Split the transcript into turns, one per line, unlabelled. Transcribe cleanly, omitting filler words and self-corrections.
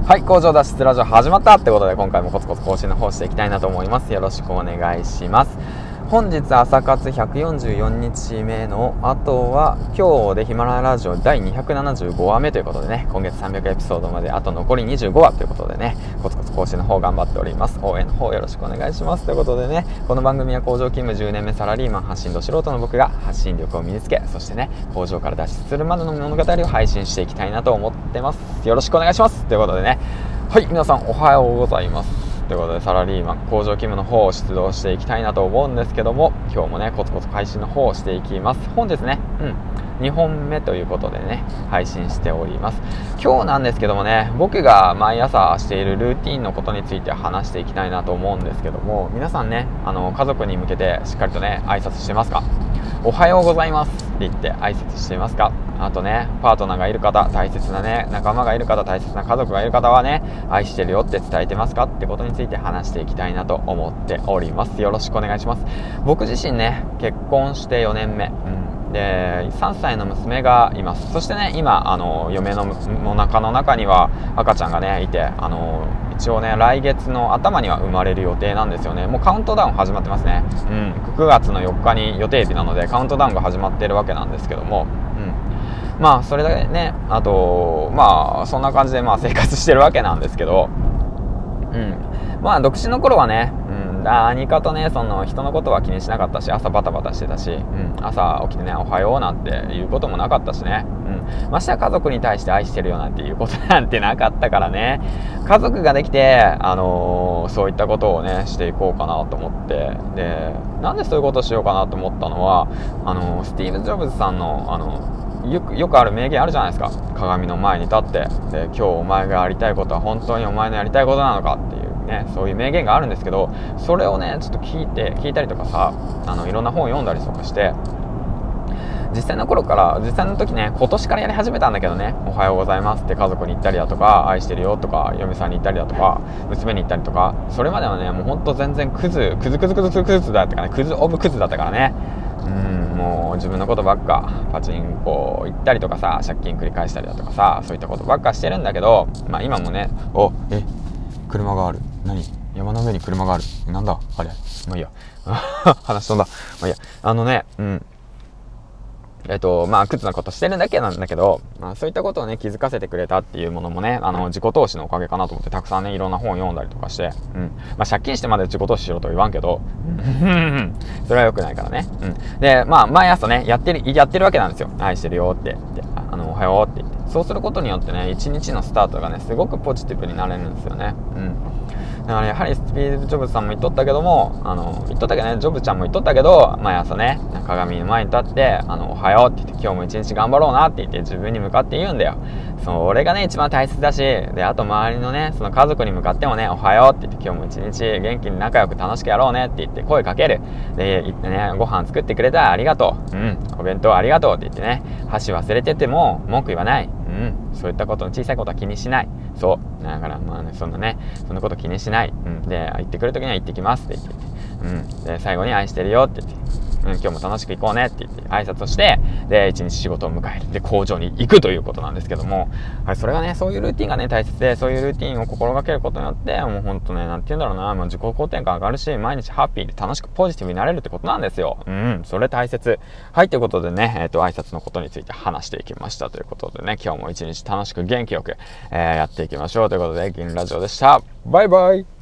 はい、工場脱出ラジオ始まったってことで、今回もコツコツ更新の方していきたいなと思います。よろしくお願いします。本日朝活144日目の後は今日でヒマラヤラジオ第275話目ということでね、今月300エピソードまであと残り25話ということでね、コツコツ更新の方頑張っております。応援の方よろしくお願いしますということでね、この番組は工場勤務10年目サラリーマン発信ど素人の僕が発信力を身につけ、そしてね、工場から脱出するまでの物語を配信していきたいなと思ってます。よろしくお願いしますということでね、はい、皆さんおはようございます。ということでサラリーマン工場勤務の方を出動していきたいなと思うんですけども、今日もねコツコツ配信の方をしていきます。本日ね、2本目ということでね配信しております。今日なんですけどもね、僕が毎朝しているルーティンのことについて話していきたいなと思うんですけども、皆さんね家族に向けてしっかりとね挨拶してますか？おはようございますって言って挨拶していますか？あとね、パートナーがいる方、大切なね仲間がいる方、大切な家族がいる方はね、愛してるよって伝えてますかってことについて話していきたいなと思っております。よろしくお願いします。僕自身ね結婚して4年目、で3歳の娘がいます。そしてね今嫁のお腹の中には赤ちゃんがねいて、一応ね来月の頭には生まれる予定なんですよね。もうカウントダウン始まってますね。9月の4日に予定日なのでカウントダウンが始まっているわけなんですけども、まあそれだけね、あとまあそんな感じで生活してるわけなんですけど、まあ独身の頃はね、何かとねその人のことは気にしなかったし、朝バタバタしてたし、朝起きてねおはようなんていうこともなかったしね、ましてや家族に対して愛してるよなんていうことなんてなかったからね、家族ができてそういったことをねしていこうかなと思って、でなんでそういうことをしようかなと思ったのは、スティーブ・ジョブズさんのよくある名言あるじゃないですか。鏡の前に立ってで、今日お前がやりたいことは本当にお前のやりたいことなのかっていうね、そういう名言があるんですけど、それをねちょっと聞いたりとかさ、いろんな本を読んだりとかして、実際の時ね、今年からやり始めたんだけどね、おはようございますって家族に言ったりだとか、愛してるよとか嫁さんに言ったりだとか娘に言ったりとか、それまではねもうほんと全然クズだったからね、クズオブクズだったからね、もう自分のことばっかパチンコ行ったりとかさ、借金繰り返したりだとかさ、そういったことばっかしてるんだけど、今もね車がある、何山の上に車がある、なんだあれ、まあいいや話飛んだ、まあいいや、クズなことしてるだけなんだけど、そういったことをね気づかせてくれたっていうものもね、自己投資のおかげかなと思って、たくさんねいろんな本を読んだりとかして、借金してまで自己投資しろとは言わんけどそれは良くないからね。で毎朝ねやってるわけなんですよ。愛してるよって言って、おはようって言って、そうすることによってね一日のスタートがねすごくポジティブになれるんですよね。だからやはりスピードジョブズさんも言っとったけども、ジョブちゃんも言っとったけど、毎朝ね鏡の前に立っておはようって言って、今日も一日頑張ろうなって言って自分に向かって言うんだよ。それがね一番大切だし、であと周りのねその家族に向かってもねおはようって言って、今日も一日元気に仲良く楽しくやろうねって言って声かける。で言ってね、ご飯作ってくれたらありがとう、お弁当ありがとうって言ってね、箸忘れてても文句言わない。そういったことの小さいことは気にしない。そうだからそんなこと気にしない。で行ってくるときには行ってきますって言って、で最後に愛してるよって言って、今日も楽しく行こうねって言って挨拶をして、で一日仕事を迎える、で工場に行くということなんですけども、それがねそういうルーティンがね大切で、そういうルーティンを心がけることによって、もうほんとねなんて言うんだろうな、自己肯定感上がるし、毎日ハッピーで楽しくポジティブになれるってことなんですよ。それ大切。はいということでね、挨拶のことについて話していきましたということでね、今日も一日楽しく元気よく、やっていきましょうということで、銀ラジオでした。バイバイ。